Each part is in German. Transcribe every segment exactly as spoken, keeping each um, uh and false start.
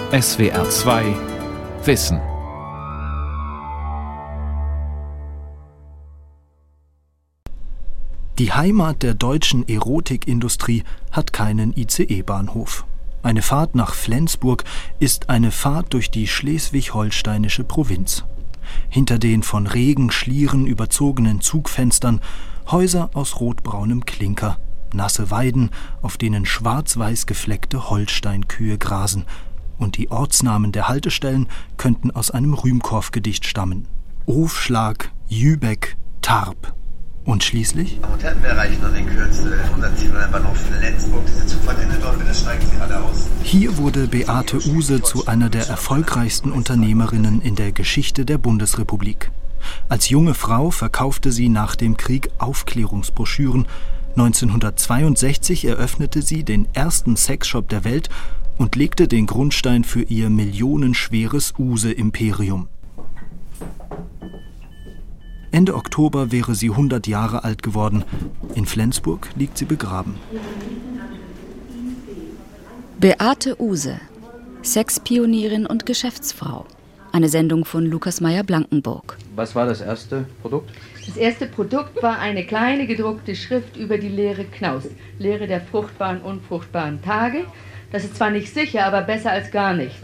S W R zwei Wissen. Die Heimat der deutschen Erotikindustrie hat keinen I C E-Bahnhof. Eine Fahrt nach Flensburg ist eine Fahrt durch die schleswig-holsteinische Provinz. Hinter den von Regenschlieren überzogenen Zugfenstern Häuser aus rotbraunem Klinker, nasse Weiden, auf denen schwarz-weiß gefleckte Holsteinkühe grasen, und die Ortsnamen der Haltestellen könnten aus einem Rühmkorff-Gedicht stammen. Ofschlag, Jübeck, Tarp. Und schließlich? Hotel, wir erreichen noch in Kürze unser Ziel beim Bahnhof Flensburg. Diese Zugfahrt endet dort, bitte steigen Sie alle aus. Hier wurde Beate Uhse zu einer der erfolgreichsten Unternehmerinnen in der Geschichte der Bundesrepublik. Als junge Frau verkaufte sie nach dem Krieg Aufklärungsbroschüren. neunzehnhundertzweiundsechzig eröffnete sie den ersten Sexshop der Welt und legte den Grundstein für ihr millionenschweres Uhse-Imperium. Ende Oktober wäre sie hundert Jahre alt geworden. In Flensburg liegt sie begraben. Beate Uhse, Sexpionierin und Geschäftsfrau. Eine Sendung von Lukas Meyer-Blankenburg. Was war das erste Produkt? Das erste Produkt war eine kleine gedruckte Schrift über die Lehre Knaus. Lehre der fruchtbaren, unfruchtbaren Tage. Das ist zwar nicht sicher, aber besser als gar nichts.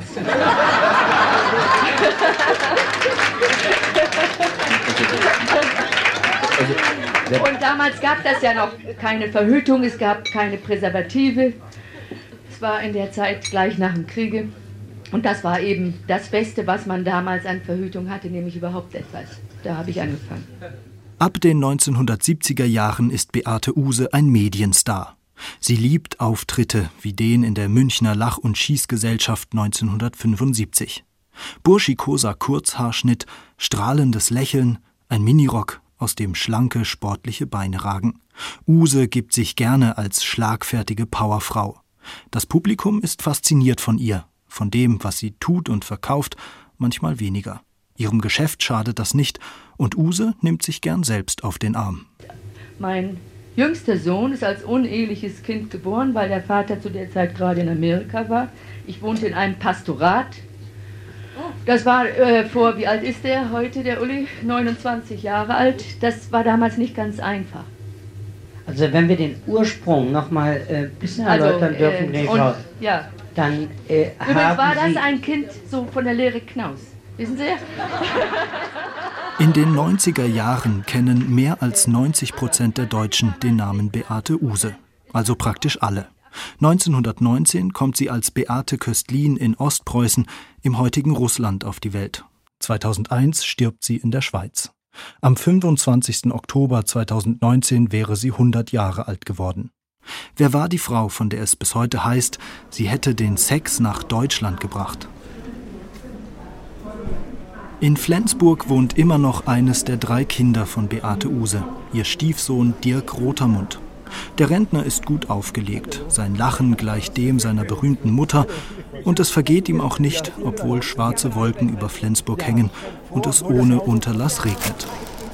Und damals gab das ja noch keine Verhütung, es gab keine Präservative. Es war in der Zeit gleich nach dem Kriege. Und das war eben das Beste, was man damals an Verhütung hatte, nämlich überhaupt etwas. Da habe ich angefangen. Ab den neunzehnhundertsiebziger Jahren ist Beate Uhse ein Medienstar. Sie liebt Auftritte wie den in der Münchner Lach- und Schießgesellschaft neunzehnhundertfünfundsiebzig. Burschikoser Kurzhaarschnitt, strahlendes Lächeln, ein Minirock, aus dem schlanke, sportliche Beine ragen. Uhse gibt sich gerne als schlagfertige Powerfrau. Das Publikum ist fasziniert von ihr, von dem, was sie tut und verkauft, manchmal weniger. Ihrem Geschäft schadet das nicht und Uhse nimmt sich gern selbst auf den Arm. Mein jüngster Sohn ist als uneheliches Kind geboren, weil der Vater zu der Zeit gerade in Amerika war. Ich wohnte in einem Pastorat. Das war äh, vor, wie alt ist der heute, der Uli? neunundzwanzig Jahre alt. Das war damals nicht ganz einfach. Also wenn wir den Ursprung noch mal ein äh, bisschen also, erläutern dürfen, äh, und, ja. dann äh, Übrigens haben war das Sie ein Kind so von der Lehre Knaus. Wissen Sie? In den neunziger Jahren kennen mehr als neunzig Prozent der Deutschen den Namen Beate Uhse. Also praktisch alle. neunzehnhundertneunzehn kommt sie als Beate Köstlin in Ostpreußen im heutigen Russland auf die Welt. zweitausendeins stirbt sie in der Schweiz. Am fünfundzwanzigsten Oktober zweitausendneunzehn wäre sie hundert Jahre alt geworden. Wer war die Frau, von der es bis heute heißt, sie hätte den Sex nach Deutschland gebracht? In Flensburg wohnt immer noch eines der drei Kinder von Beate Uhse, ihr Stiefsohn Dirk Rotermund. Der Rentner ist gut aufgelegt, sein Lachen gleicht dem seiner berühmten Mutter und es vergeht ihm auch nicht, obwohl schwarze Wolken über Flensburg hängen und es ohne Unterlass regnet.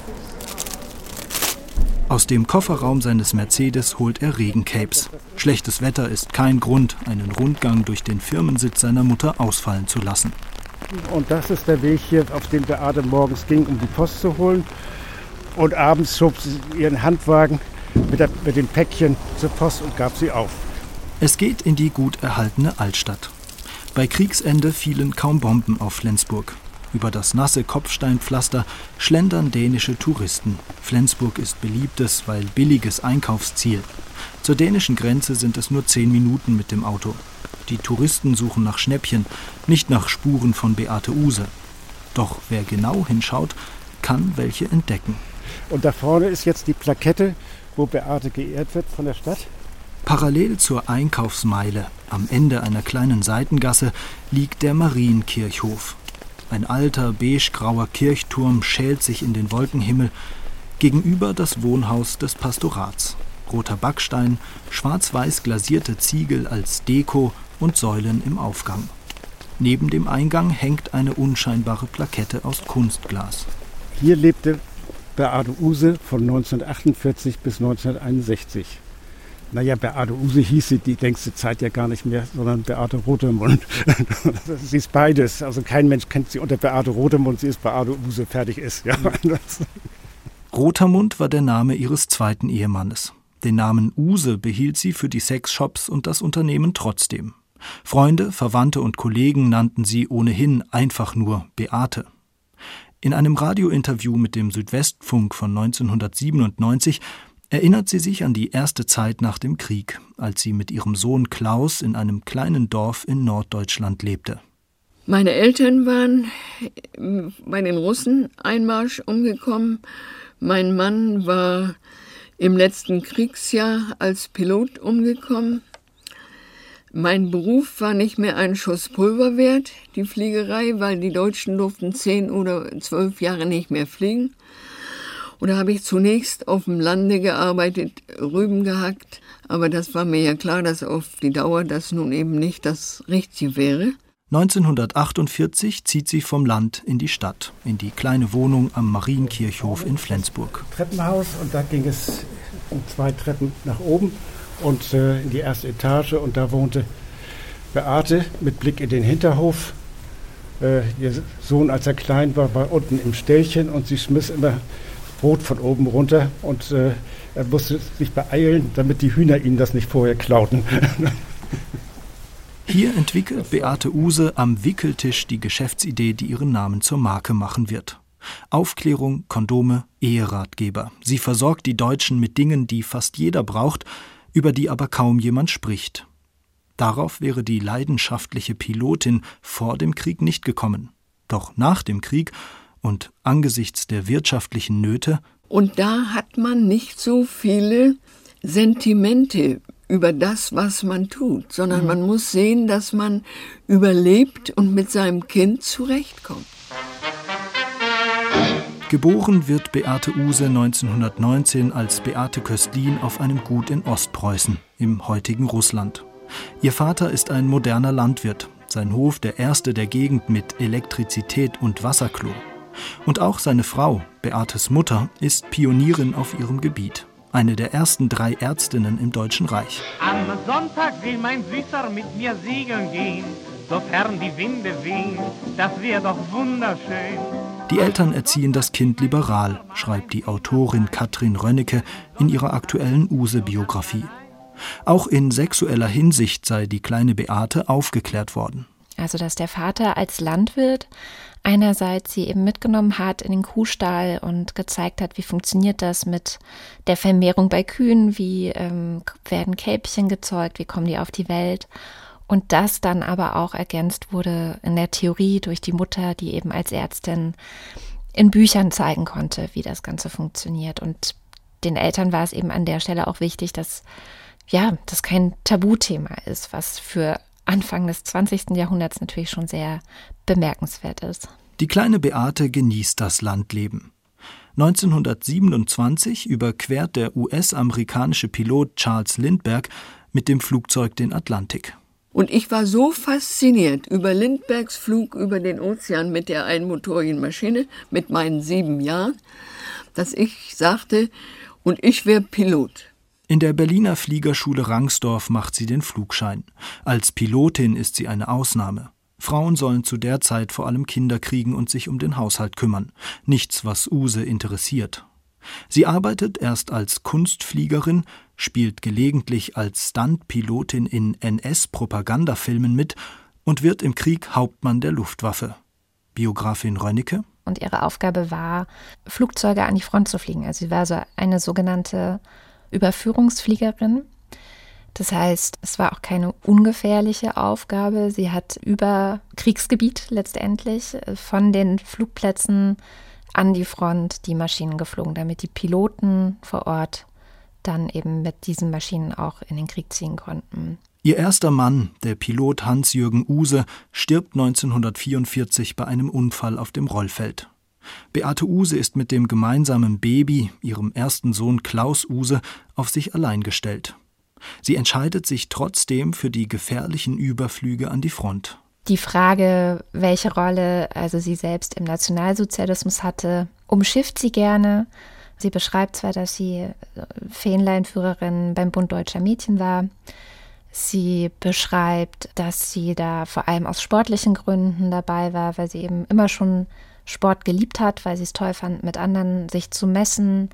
Aus dem Kofferraum seines Mercedes holt er Regencapes. Schlechtes Wetter ist kein Grund, einen Rundgang durch den Firmensitz seiner Mutter ausfallen zu lassen. Und das ist der Weg hier, auf dem Beate morgens ging, um die Post zu holen. Und abends schob sie ihren Handwagen mit, der, mit dem Päckchen zur Post und gab sie auf. Es geht in die gut erhaltene Altstadt. Bei Kriegsende fielen kaum Bomben auf Flensburg. Über das nasse Kopfsteinpflaster schlendern dänische Touristen. Flensburg ist beliebtes, weil billiges Einkaufsziel. Zur dänischen Grenze sind es nur zehn Minuten mit dem Auto. Die Touristen suchen nach Schnäppchen, nicht nach Spuren von Beate Uhse. Doch wer genau hinschaut, kann welche entdecken. Und da vorne ist jetzt die Plakette, wo Beate geehrt wird von der Stadt. Parallel zur Einkaufsmeile, am Ende einer kleinen Seitengasse, liegt der Marienkirchhof. Ein alter, beigegrauer Kirchturm schält sich in den Wolkenhimmel. Gegenüber das Wohnhaus des Pastorats. Roter Backstein, schwarz-weiß glasierte Ziegel als Deko und Säulen im Aufgang. Neben dem Eingang hängt eine unscheinbare Plakette aus Kunstglas. Hier lebte Beate Uhse von neunzehnhundertachtundvierzig bis neunzehnhunderteinundsechzig. Naja, Beate Uhse hieß sie die längste Zeit ja gar nicht mehr, sondern Beate Rotermund. Sie ist beides. Also kein Mensch kennt sie unter Beate Rotermund, sie ist Beate Uhse, fertig ist. Ja. Rotermund war der Name ihres zweiten Ehemannes. Den Namen Uhse behielt sie für die Sexshops und das Unternehmen trotzdem. Freunde, Verwandte und Kollegen nannten sie ohnehin einfach nur Beate. In einem Radiointerview mit dem Südwestfunk von neunzehnhundertsiebenundneunzig erinnert sie sich an die erste Zeit nach dem Krieg, als sie mit ihrem Sohn Klaus in einem kleinen Dorf in Norddeutschland lebte. Meine Eltern waren bei den Russen-Einmarsch umgekommen. Mein Mann war im letzten Kriegsjahr als Pilot umgekommen. Mein Beruf war nicht mehr ein Schuss Pulver wert, die Fliegerei, weil die Deutschen durften zehn oder zwölf Jahre nicht mehr fliegen. Und da habe ich zunächst auf dem Lande gearbeitet, Rüben gehackt. Aber das war mir ja klar, dass auf die Dauer das nun eben nicht das Richtige wäre. neunzehnhundertachtundvierzig zieht sie vom Land in die Stadt, in die kleine Wohnung am Marienkirchhof in Flensburg. Treppenhaus und da ging es zwei Treppen nach oben und äh, in die erste Etage und da wohnte Beate mit Blick in den Hinterhof. Äh, ihr Sohn, als er klein war, war unten im Ställchen und sie schmiss immer Brot von oben runter und äh, er musste sich beeilen, damit die Hühner ihm das nicht vorher klauten. Hier entwickelt Beate Uhse am Wickeltisch die Geschäftsidee, die ihren Namen zur Marke machen wird. Aufklärung, Kondome, Eheratgeber. Sie versorgt die Deutschen mit Dingen, die fast jeder braucht, über die aber kaum jemand spricht. Darauf wäre die leidenschaftliche Pilotin vor dem Krieg nicht gekommen. Doch nach dem Krieg und angesichts der wirtschaftlichen Nöte. Und da hat man nicht so viele Sentimente über das, was man tut, sondern mhm. man muss sehen, dass man überlebt und mit seinem Kind zurechtkommt. Geboren wird Beate Uhse neunzehnhundertneunzehn als Beate Köstlin auf einem Gut in Ostpreußen, im heutigen Russland. Ihr Vater ist ein moderner Landwirt, sein Hof der erste der Gegend mit Elektrizität und Wasserklo. Und auch seine Frau, Beates Mutter, ist Pionierin auf ihrem Gebiet. Eine der ersten drei Ärztinnen im Deutschen Reich. Am Sonntag will mein Süßer mit mir segeln gehen, sofern die Winde wehen, das wäre doch wunderschön. Die Eltern erziehen das Kind liberal, schreibt die Autorin Katrin Rönnecke in ihrer aktuellen Uhse-Biografie. Auch in sexueller Hinsicht sei die kleine Beate aufgeklärt worden. Also dass der Vater als Landwirt einerseits sie eben mitgenommen hat in den Kuhstall und gezeigt hat, wie funktioniert das mit der Vermehrung bei Kühen, wie ähm, werden Kälbchen gezeugt, wie kommen die auf die Welt. Und das dann aber auch ergänzt wurde in der Theorie durch die Mutter, die eben als Ärztin in Büchern zeigen konnte, wie das Ganze funktioniert. Und den Eltern war es eben an der Stelle auch wichtig, dass ja, das kein Tabuthema ist, was für Anfang des zwanzigsten Jahrhunderts natürlich schon sehr bemerkenswert ist. Die kleine Beate genießt das Landleben. neunzehnhundertsiebenundzwanzig überquert der U S-amerikanische Pilot Charles Lindbergh mit dem Flugzeug den Atlantik. Und ich war so fasziniert über Lindberghs Flug über den Ozean mit der einmotorigen Maschine mit meinen sieben Jahren, dass ich sagte, und ich wäre Pilot. In der Berliner Fliegerschule Rangsdorf macht sie den Flugschein. Als Pilotin ist sie eine Ausnahme. Frauen sollen zu der Zeit vor allem Kinder kriegen und sich um den Haushalt kümmern. Nichts, was Uhse interessiert. Sie arbeitet erst als Kunstfliegerin, spielt gelegentlich als Stuntpilotin in N S-Propagandafilmen mit und wird im Krieg Hauptmann der Luftwaffe. Biografin Rönnecke. Und ihre Aufgabe war, Flugzeuge an die Front zu fliegen. Also sie war so eine sogenannte Überführungsfliegerin. Das heißt, es war auch keine ungefährliche Aufgabe. Sie hat über Kriegsgebiet letztendlich von den Flugplätzen an die Front die Maschinen geflogen, damit die Piloten vor Ort dann eben mit diesen Maschinen auch in den Krieg ziehen konnten. Ihr erster Mann, der Pilot Hans-Jürgen Uhse, stirbt neunzehnhundertvierundvierzig bei einem Unfall auf dem Rollfeld. Beate Uhse ist mit dem gemeinsamen Baby, ihrem ersten Sohn Klaus Uhse, auf sich allein gestellt. Sie entscheidet sich trotzdem für die gefährlichen Überflüge an die Front. Die Frage, welche Rolle also sie selbst im Nationalsozialismus hatte, umschifft sie gerne. Sie beschreibt zwar, dass sie Fähnleinführerin beim Bund Deutscher Mädchen war. Sie beschreibt, dass sie da vor allem aus sportlichen Gründen dabei war, weil sie eben immer schon Sport geliebt hat, weil sie es toll fand, mit anderen sich zu messen.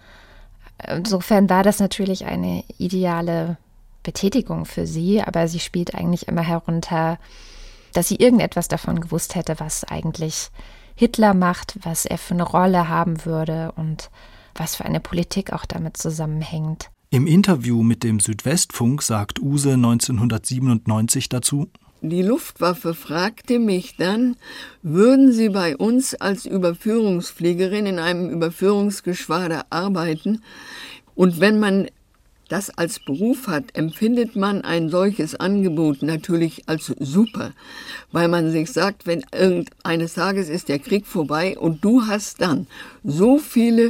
Insofern war das natürlich eine ideale Betätigung für sie, aber sie spielt eigentlich immer herunter, dass sie irgendetwas davon gewusst hätte, was eigentlich Hitler macht, was er für eine Rolle haben würde und was für eine Politik auch damit zusammenhängt. Im Interview mit dem Südwestfunk sagt Uhse neunzehnhundertsiebenundneunzig dazu: Die Luftwaffe fragte mich dann, würden Sie bei uns als Überführungsfliegerin in einem Überführungsgeschwader arbeiten? Und wenn man das als Beruf hat, empfindet man ein solches Angebot natürlich als super, weil man sich sagt, wenn irgendeines Tages ist der Krieg vorbei und du hast dann so viele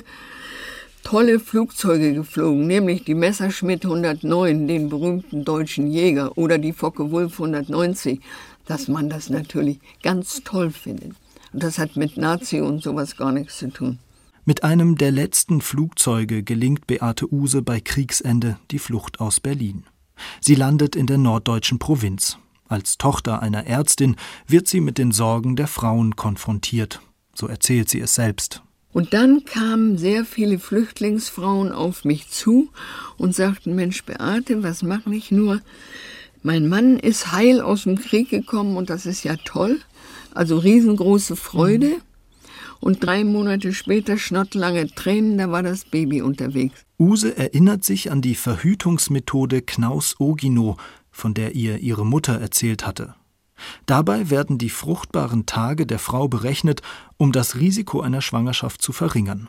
tolle Flugzeuge geflogen, nämlich die Messerschmitt hundertneun, den berühmten deutschen Jäger, oder die Focke-Wulf hundertneunzig, dass man das natürlich ganz toll findet. Und das hat mit Nazi und sowas gar nichts zu tun. Mit einem der letzten Flugzeuge gelingt Beate Uhse bei Kriegsende die Flucht aus Berlin. Sie landet in der norddeutschen Provinz. Als Tochter einer Ärztin wird sie mit den Sorgen der Frauen konfrontiert. So erzählt sie es selbst. Und dann kamen sehr viele Flüchtlingsfrauen auf mich zu und sagten, Mensch Beate, was mache ich nur? Mein Mann ist heil aus dem Krieg gekommen und das ist ja toll. Also riesengroße Freude. Mhm. Und drei Monate später schnottlange Tränen, da war das Baby unterwegs. Uhse erinnert sich an die Verhütungsmethode Knaus-Ogino, von der ihr ihre Mutter erzählt hatte. Dabei werden die fruchtbaren Tage der Frau berechnet, um das Risiko einer Schwangerschaft zu verringern.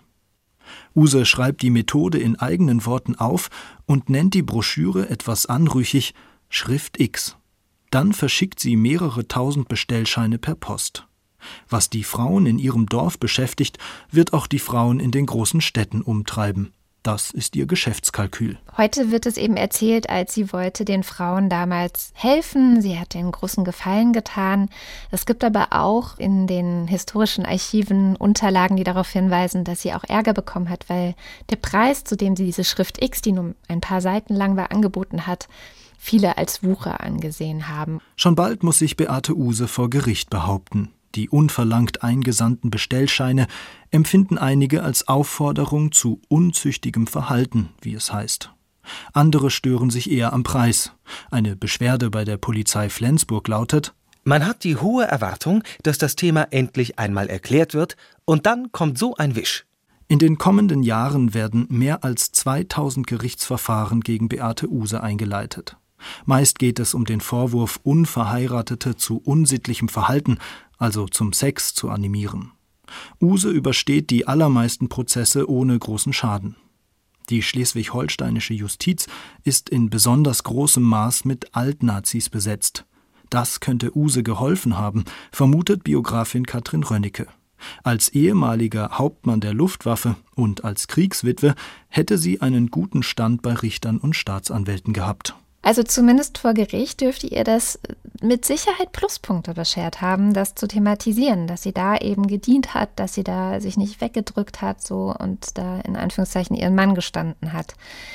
Uhse schreibt die Methode in eigenen Worten auf und nennt die Broschüre etwas anrüchig Schrift X. Dann verschickt sie mehrere tausend Bestellscheine per Post. Was die Frauen in ihrem Dorf beschäftigt, wird auch die Frauen in den großen Städten umtreiben. Das ist ihr Geschäftskalkül. Heute wird es eben erzählt, als sie wollte den Frauen damals helfen. Sie hat den großen Gefallen getan. Es gibt aber auch in den historischen Archiven Unterlagen, die darauf hinweisen, dass sie auch Ärger bekommen hat, weil der Preis, zu dem sie diese Schrift X, die nur ein paar Seiten lang war, angeboten hat, viele als Wucher angesehen haben. Schon bald muss sich Beate Uhse vor Gericht behaupten. Die unverlangt eingesandten Bestellscheine empfinden einige als Aufforderung zu unzüchtigem Verhalten, wie es heißt. Andere stören sich eher am Preis. Eine Beschwerde bei der Polizei Flensburg lautet: Man hat die hohe Erwartung, dass das Thema endlich einmal erklärt wird, und dann kommt so ein Wisch. In den kommenden Jahren werden mehr als zweitausend Gerichtsverfahren gegen Beate Uhse eingeleitet. Meist geht es um den Vorwurf, Unverheiratete zu unsittlichem Verhalten, also zum Sex, zu animieren. Uhse übersteht die allermeisten Prozesse ohne großen Schaden. Die schleswig-holsteinische Justiz ist in besonders großem Maß mit Altnazis besetzt. Das könnte Uhse geholfen haben, vermutet Biografin Katrin Rönnecke. Als ehemaliger Hauptmann der Luftwaffe und als Kriegswitwe hätte sie einen guten Stand bei Richtern und Staatsanwälten gehabt. Also zumindest vor Gericht dürfte ihr das mit Sicherheit Pluspunkte beschert haben, das zu thematisieren, dass sie da eben gedient hat, dass sie da sich nicht weggedrückt hat so und da in Anführungszeichen ihren Mann gestanden hat.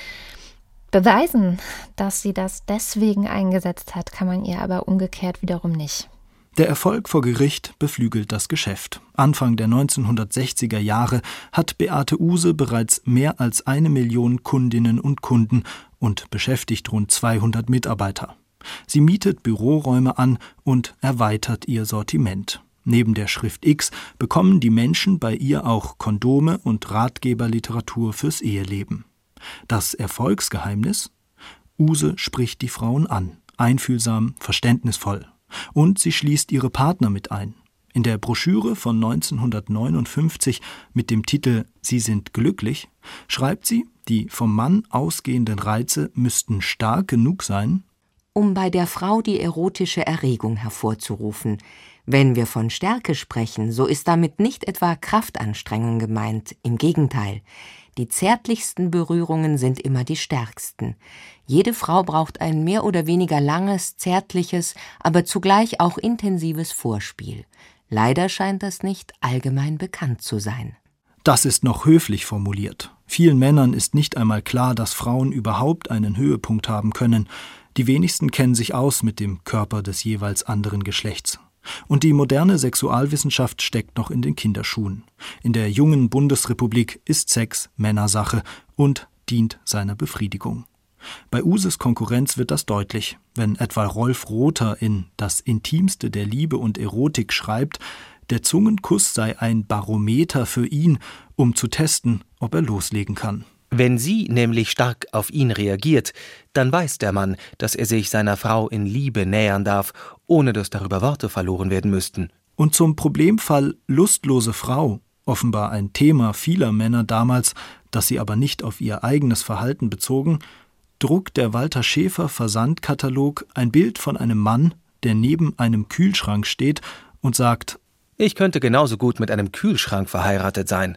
Beweisen, dass sie das deswegen eingesetzt hat, kann man ihr aber umgekehrt wiederum nicht. Der Erfolg vor Gericht beflügelt das Geschäft. Anfang der neunzehnhundertsechziger Jahre hat Beate Uhse bereits mehr als eine Million Kundinnen und Kunden und beschäftigt rund zweihundert Mitarbeiter. Sie mietet Büroräume an und erweitert ihr Sortiment. Neben der Schrift X bekommen die Menschen bei ihr auch Kondome und Ratgeberliteratur fürs Eheleben. Das Erfolgsgeheimnis? Uhse spricht die Frauen an, einfühlsam, verständnisvoll. Und sie schließt ihre Partner mit ein. In der Broschüre von neunzehnhundertneunundfünfzig mit dem Titel »Sie sind glücklich« schreibt sie, die vom Mann ausgehenden Reize müssten stark genug sein, um bei der Frau die erotische Erregung hervorzurufen. Wenn wir von Stärke sprechen, so ist damit nicht etwa Kraftanstrengung gemeint, im Gegenteil. Die zärtlichsten Berührungen sind immer die stärksten. Jede Frau braucht ein mehr oder weniger langes, zärtliches, aber zugleich auch intensives Vorspiel. Leider scheint das nicht allgemein bekannt zu sein. Das ist noch höflich formuliert. Vielen Männern ist nicht einmal klar, dass Frauen überhaupt einen Höhepunkt haben können. Die wenigsten kennen sich aus mit dem Körper des jeweils anderen Geschlechts. Und die moderne Sexualwissenschaft steckt noch in den Kinderschuhen. In der jungen Bundesrepublik ist Sex Männersache und dient seiner Befriedigung. Bei Uses Konkurrenz wird das deutlich, wenn etwa Rolf Rother in Das Intimste der Liebe und Erotik schreibt, der Zungenkuss sei ein Barometer für ihn, um zu testen, ob er loslegen kann. Wenn sie nämlich stark auf ihn reagiert, dann weiß der Mann, dass er sich seiner Frau in Liebe nähern darf, ohne dass darüber Worte verloren werden müssten. Und zum Problemfall lustlose Frau, offenbar ein Thema vieler Männer damals, das sie aber nicht auf ihr eigenes Verhalten bezogen, druckt der Walter Schäfer Versandkatalog ein Bild von einem Mann, der neben einem Kühlschrank steht und sagt: Ich könnte genauso gut mit einem Kühlschrank verheiratet sein.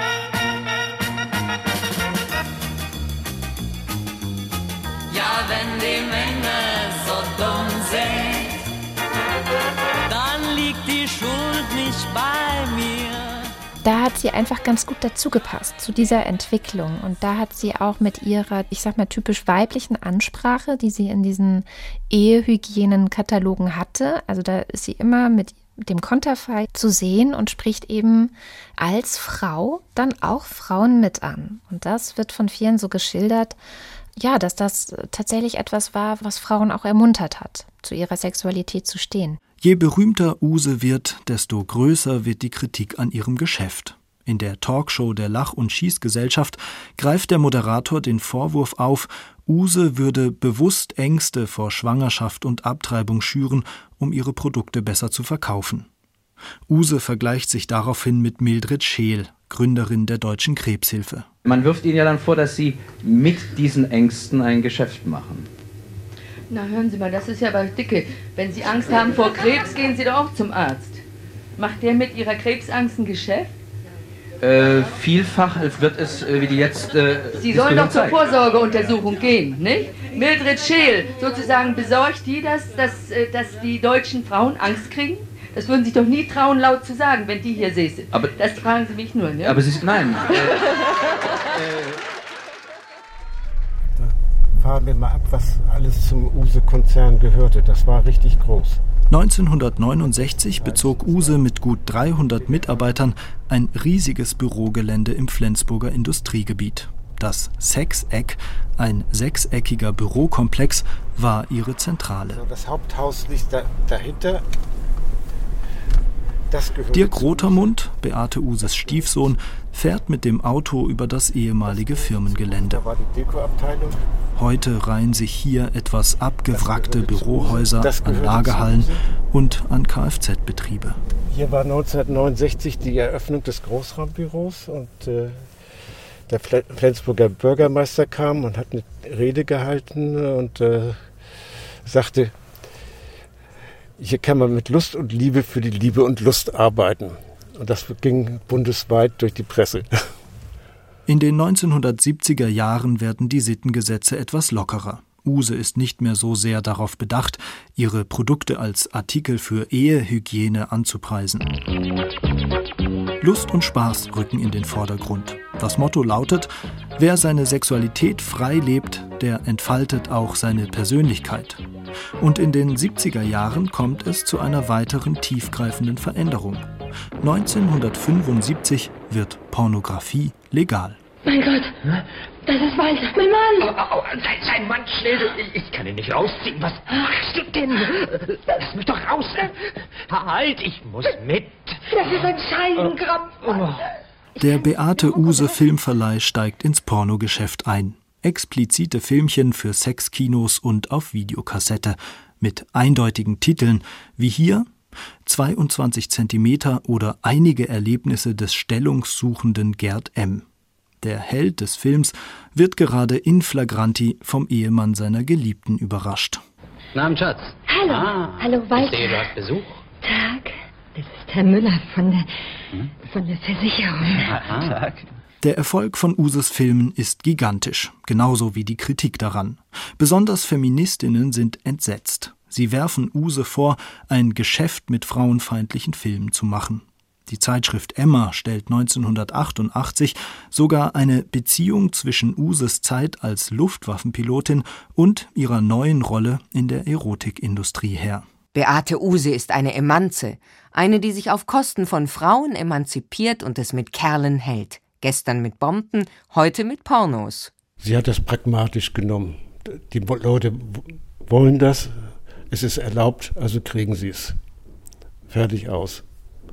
Ja, wenn die Männer so dumm sind, dann liegt die Schuld nicht bei mir. Da hat sie einfach ganz gut dazu gepasst, zu dieser Entwicklung. Und da hat sie auch mit ihrer, ich sag mal, typisch weiblichen Ansprache, die sie in diesen Ehehygienenkatalogen hatte, also da ist sie immer mit dem Konterfei zu sehen und spricht eben als Frau dann auch Frauen mit an. Und das wird von vielen so geschildert, ja, dass das tatsächlich etwas war, was Frauen auch ermuntert hat, zu ihrer Sexualität zu stehen. Je berühmter Use wird, desto größer wird die Kritik an ihrem Geschäft. In der Talkshow der Lach- und Schießgesellschaft greift der Moderator den Vorwurf auf, Use würde bewusst Ängste vor Schwangerschaft und Abtreibung schüren, um ihre Produkte besser zu verkaufen. Use vergleicht sich daraufhin mit Mildred Scheel, Gründerin der Deutschen Krebshilfe. Man wirft ihnen ja dann vor, dass sie mit diesen Ängsten ein Geschäft machen. Na, hören Sie mal, das ist ja aber dicke. Wenn Sie Angst haben vor Krebs, gehen Sie doch auch zum Arzt. Macht der mit Ihrer Krebsangst ein Geschäft? Äh, vielfach wird es, äh, wie die jetzt... Äh, Sie sollen doch zur Vorsorgeuntersuchung gehen, nicht? Mildred Scheel, sozusagen, besorgt die, dass, dass, dass die deutschen Frauen Angst kriegen? Das würden Sie doch nie trauen, laut zu sagen, wenn die hier säßen. Aber das fragen Sie mich nur, ne? Aber Sie... Nein. äh, äh, Fahren wir mal ab, was alles zum Use-Konzern gehörte. Das war richtig groß. neunzehnhundertneunundsechzig bezog Use mit gut dreihundert Mitarbeitern ein riesiges Bürogelände im Flensburger Industriegebiet. Das Sechseck, ein sechseckiger Bürokomplex, war ihre Zentrale. Das Haupthaus liegt da, dahinter. Das gehört Dirk Rotermund, Beate Uses Stiefsohn, fährt mit dem Auto über das ehemalige Firmengelände. Da war die Dekoabteilung. Heute reihen sich hier etwas abgewrackte Bürohäuser an Lagerhallen und an Kfz-Betriebe. Hier war neunzehnhundertneunundsechzig die Eröffnung des Großraumbüros und äh, der Flensburger Bürgermeister kam und hat eine Rede gehalten und äh, sagte, hier kann man mit Lust und Liebe für die Liebe und Lust arbeiten. Und das ging bundesweit durch die Presse. In den neunzehnhundertsiebziger Jahren werden die Sittengesetze etwas lockerer. Use ist nicht mehr so sehr darauf bedacht, ihre Produkte als Artikel für Ehehygiene anzupreisen. Lust und Spaß rücken in den Vordergrund. Das Motto lautet: Wer seine Sexualität frei lebt, der entfaltet auch seine Persönlichkeit. Und in den siebziger Jahren kommt es zu einer weiteren tiefgreifenden Veränderung. neunzehnhundertfünfundsiebzig wird Pornografie legal. Mein Gott, das ist Walter, mein Mann! Oh, oh, sei, sei Mann, schnell, ich, ich kann ihn nicht rausziehen. Was machst du denn? Lass mich doch raus. Halt, ich muss mit. Das ist ein Scheidenkrampf. Oh. Der Beate Use Filmverleih steigt ins Pornogeschäft ein. Explizite Filmchen für Sexkinos und auf Videokassette mit eindeutigen Titeln wie hier zweiundzwanzig Zentimeter oder einige Erlebnisse des stellungssuchenden Gerd M. Der Held des Films wird gerade in flagranti vom Ehemann seiner Geliebten überrascht. Guten Abend, Schatz. Hallo, ah, hallo Walter. Ich sehe, du hast Besuch. Tag, das ist Herr Müller von der, hm? von der Versicherung. Ah, Tag. Der Erfolg von Uses Filmen ist gigantisch, genauso wie die Kritik daran. Besonders Feministinnen sind entsetzt. Sie werfen Use vor, ein Geschäft mit frauenfeindlichen Filmen zu machen. Die Zeitschrift Emma stellt neunzehnhundertachtundachtzig sogar eine Beziehung zwischen Uses Zeit als Luftwaffenpilotin und ihrer neuen Rolle in der Erotikindustrie her. Beate Uhse ist eine Emanze, eine, die sich auf Kosten von Frauen emanzipiert und es mit Kerlen hält. Gestern mit Bomben, heute mit Pornos. Sie hat das pragmatisch genommen. Die Leute wollen das, es ist erlaubt, also kriegen sie es. Fertig aus.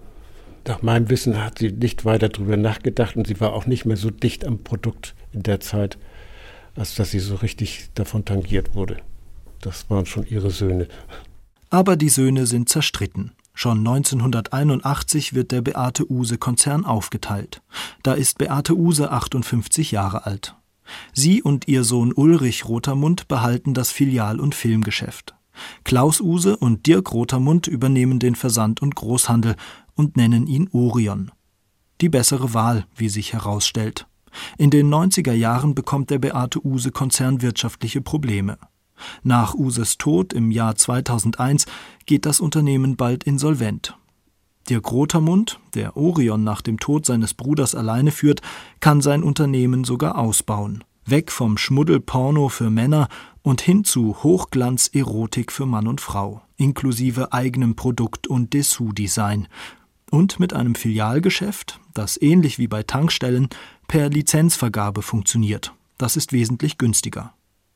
Nach meinem Wissen hat sie nicht weiter darüber nachgedacht und sie war auch nicht mehr so dicht am Produkt in der Zeit, als dass sie so richtig davon tangiert wurde. Das waren schon ihre Söhne. Aber die Söhne sind zerstritten. Schon neunzehnhunderteinundachtzig wird der Beate-Uhse-Konzern aufgeteilt. Da ist Beate Uhse achtundfünfzig Jahre alt. Sie und ihr Sohn Ulrich Rotermund behalten das Filial- und Filmgeschäft. Klaus Uhse und Dirk Rotermund übernehmen den Versand- und Großhandel und nennen ihn Orion. Die bessere Wahl, wie sich herausstellt. In den neunziger Jahren bekommt der Beate-Uhse-Konzern wirtschaftliche Probleme. Nach Uhses Tod im Jahr zweitausendeins geht das Unternehmen bald insolvent. Dirk Rotermund, der Orion nach dem Tod seines Bruders alleine führt, kann sein Unternehmen sogar ausbauen. Weg vom Schmuddelporno für Männer und hin zu Hochglanz-Erotik für Mann und Frau, inklusive eigenem Produkt- und Dessous-Design. Und mit einem Filialgeschäft, das ähnlich wie bei Tankstellen per Lizenzvergabe funktioniert. Das ist wesentlich günstiger.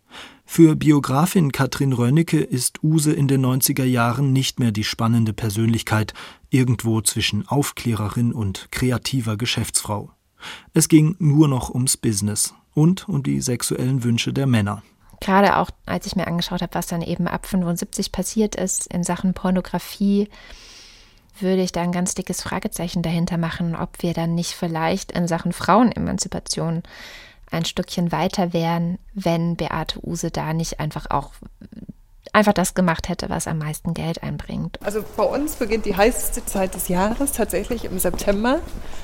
Für Biografin Katrin Rönnecke ist Uhse in den neunziger Jahren nicht mehr die spannende Persönlichkeit, irgendwo zwischen Aufklärerin und kreativer Geschäftsfrau. Es ging nur noch ums Business und um die sexuellen Wünsche der Männer. Gerade auch, als ich mir angeschaut habe, was dann eben ab fünfundsiebzig passiert ist in Sachen Pornografie, würde ich da ein ganz dickes Fragezeichen dahinter machen, ob wir dann nicht vielleicht in Sachen Frauenemanzipation ein Stückchen weiter wären, wenn Beate Uhse da nicht einfach auch einfach das gemacht hätte, was am meisten Geld einbringt. Also bei uns beginnt die heißeste Zeit des Jahres tatsächlich im September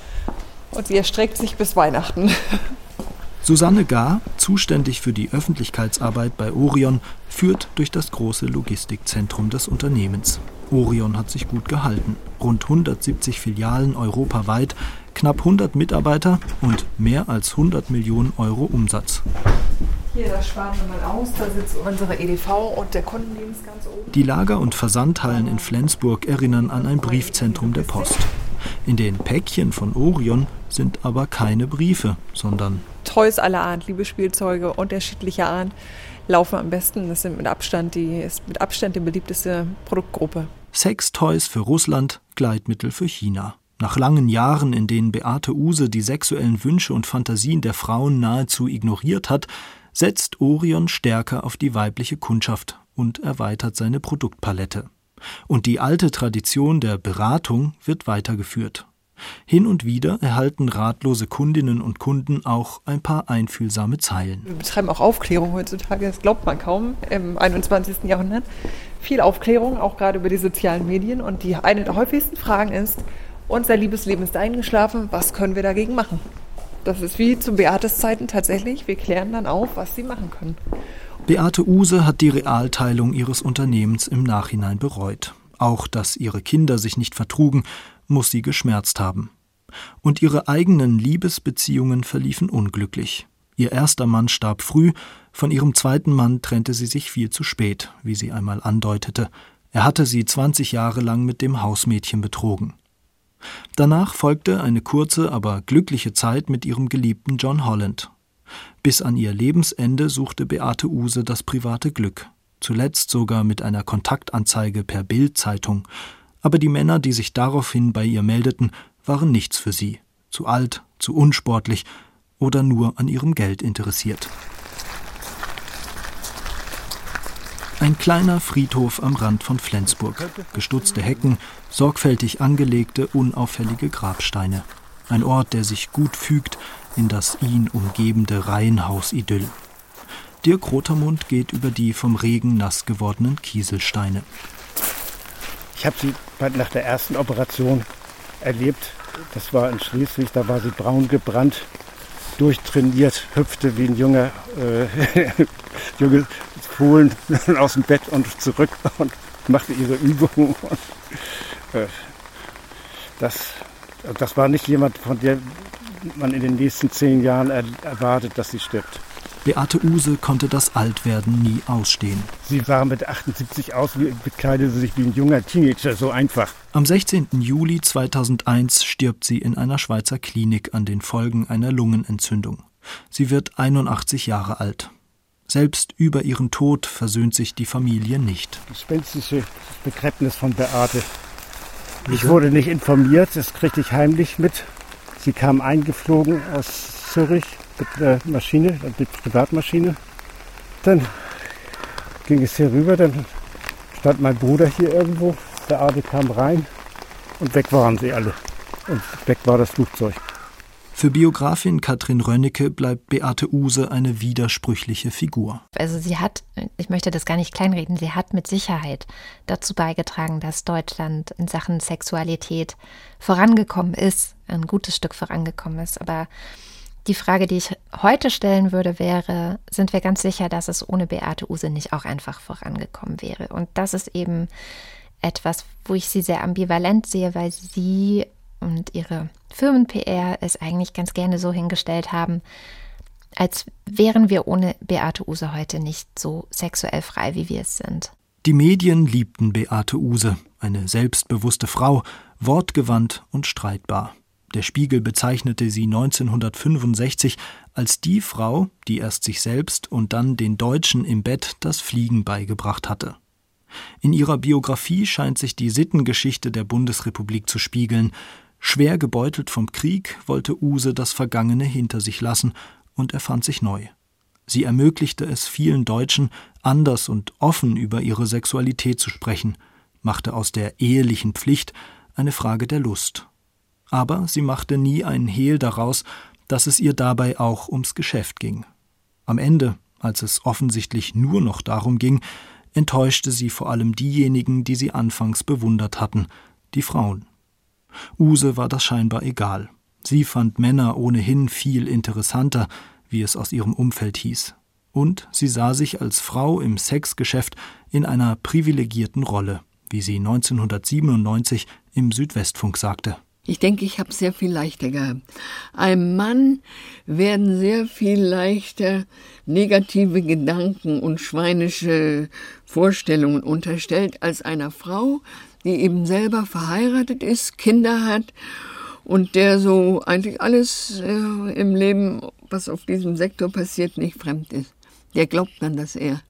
und sie erstreckt sich bis Weihnachten. Susanne Gahr, zuständig für die Öffentlichkeitsarbeit bei Orion, führt durch das große Logistikzentrum des Unternehmens. Orion hat sich gut gehalten. Rund hundertsiebzig Filialen europaweit, knapp hundert Mitarbeiter und mehr als hundert Millionen Euro Umsatz. Hier, da sparen wir mal aus, da sitzt unsere E D V und der Kundendienst ganz oben. Die Lager- und Versandhallen in Flensburg erinnern an ein Briefzentrum der Post. In den Päckchen von Orion sind aber keine Briefe, sondern Toys aller Art, Liebesspielzeuge unterschiedlicher Art laufen am besten. Das sind mit Abstand die, ist mit Abstand die beliebteste Produktgruppe. Sextoys für Russland, Gleitmittel für China. Nach langen Jahren, in denen Beate Uhse die sexuellen Wünsche und Fantasien der Frauen nahezu ignoriert hat, setzt Orion stärker auf die weibliche Kundschaft und erweitert seine Produktpalette. Und die alte Tradition der Beratung wird weitergeführt. Hin und wieder erhalten ratlose Kundinnen und Kunden auch ein paar einfühlsame Zeilen. Wir betreiben auch Aufklärung heutzutage, das glaubt man kaum, im einundzwanzigsten Jahrhundert. Viel Aufklärung, auch gerade über die sozialen Medien. Und die eine der häufigsten Fragen ist, unser Liebesleben ist eingeschlafen, was können wir dagegen machen? Das ist wie zu Beates Zeiten tatsächlich, wir klären dann auf, was sie machen können. Beate Uhse hat die Realteilung ihres Unternehmens im Nachhinein bereut. Auch, dass ihre Kinder sich nicht vertrugen, muss sie geschmerzt haben. Und ihre eigenen Liebesbeziehungen verliefen unglücklich. Ihr erster Mann starb früh, von ihrem zweiten Mann trennte sie sich viel zu spät, wie sie einmal andeutete. Er hatte sie zwanzig Jahre lang mit dem Hausmädchen betrogen. Danach folgte eine kurze, aber glückliche Zeit mit ihrem geliebten John Holland. Bis an ihr Lebensende suchte Beate Uhse das private Glück, zuletzt sogar mit einer Kontaktanzeige per Bild-Zeitung. Aber die Männer, die sich daraufhin bei ihr meldeten, waren nichts für sie, zu alt, zu unsportlich oder nur an ihrem Geld interessiert. Ein kleiner Friedhof am Rand von Flensburg, gestutzte Hecken, sorgfältig angelegte, unauffällige Grabsteine. Ein Ort, der sich gut fügt in das ihn umgebende Reihenhaus-Idyll. Dirk Rotermund geht über die vom Regen nass gewordenen Kieselsteine. Ich habe sie nach der ersten Operation erlebt. Das war in Schleswig, da war sie braun gebrannt, durchtrainiert, hüpfte wie ein junger äh, junge Fohlen aus dem Bett und zurück und machte ihre Übungen. Und, äh, das Das war nicht jemand, von der man in den nächsten zehn Jahren er- erwartet, dass sie stirbt. Beate Uhse konnte das Altwerden nie ausstehen. Sie sah mit achtundsiebzig aus, wie, bekleidete sich wie ein junger Teenager, so einfach. Am sechzehnten Juli zweitausendeins stirbt sie in einer Schweizer Klinik an den Folgen einer Lungenentzündung. Sie wird einundachtzig Jahre alt. Selbst über ihren Tod versöhnt sich die Familie nicht. Das spenstische Begräbnis von Beate. Ich wurde nicht informiert, das kriegte ich heimlich mit. Sie kam eingeflogen aus Zürich mit der Maschine, die Privatmaschine. Dann ging es hier rüber, dann stand mein Bruder hier irgendwo. Beate kam rein und weg waren sie alle. Und weg war das Flugzeug. Für Biografin Katrin Rönnecke bleibt Beate Uhse eine widersprüchliche Figur. Also sie hat, ich möchte das gar nicht kleinreden, sie hat mit Sicherheit dazu beigetragen, dass Deutschland in Sachen Sexualität vorangekommen ist, ein gutes Stück vorangekommen ist. Aber die Frage, die ich heute stellen würde, wäre, sind wir ganz sicher, dass es ohne Beate Uhse nicht auch einfach vorangekommen wäre? Und das ist eben etwas, wo ich sie sehr ambivalent sehe, weil sie und ihre Firmen-P R es eigentlich ganz gerne so hingestellt haben, als wären wir ohne Beate Uhse heute nicht so sexuell frei, wie wir es sind. Die Medien liebten Beate Uhse, eine selbstbewusste Frau, wortgewandt und streitbar. Der Spiegel bezeichnete sie neunzehnhundertfünfundsechzig als die Frau, die erst sich selbst und dann den Deutschen im Bett das Fliegen beigebracht hatte. In ihrer Biografie scheint sich die Sittengeschichte der Bundesrepublik zu spiegeln. Schwer gebeutelt vom Krieg wollte Uhse das Vergangene hinter sich lassen und erfand sich neu. Sie ermöglichte es vielen Deutschen, anders und offen über ihre Sexualität zu sprechen, machte aus der ehelichen Pflicht eine Frage der Lust. Aber sie machte nie einen Hehl daraus, dass es ihr dabei auch ums Geschäft ging. Am Ende, als es offensichtlich nur noch darum ging, enttäuschte sie vor allem diejenigen, die sie anfangs bewundert hatten, die Frauen. Uhse war das scheinbar egal. Sie fand Männer ohnehin viel interessanter, wie es aus ihrem Umfeld hieß. Und sie sah sich als Frau im Sexgeschäft in einer privilegierten Rolle, wie sie neunzehnhundertsiebenundneunzig im Südwestfunk sagte. Ich denke, ich habe sehr viel leichter gehabt. Einem Mann werden sehr viel leichter negative Gedanken und schweinische Vorstellungen unterstellt als einer Frau, die eben selber verheiratet ist, Kinder hat und der so eigentlich alles äh, im Leben, was auf diesem Sektor passiert, nicht fremd ist. Der glaubt dann das eher.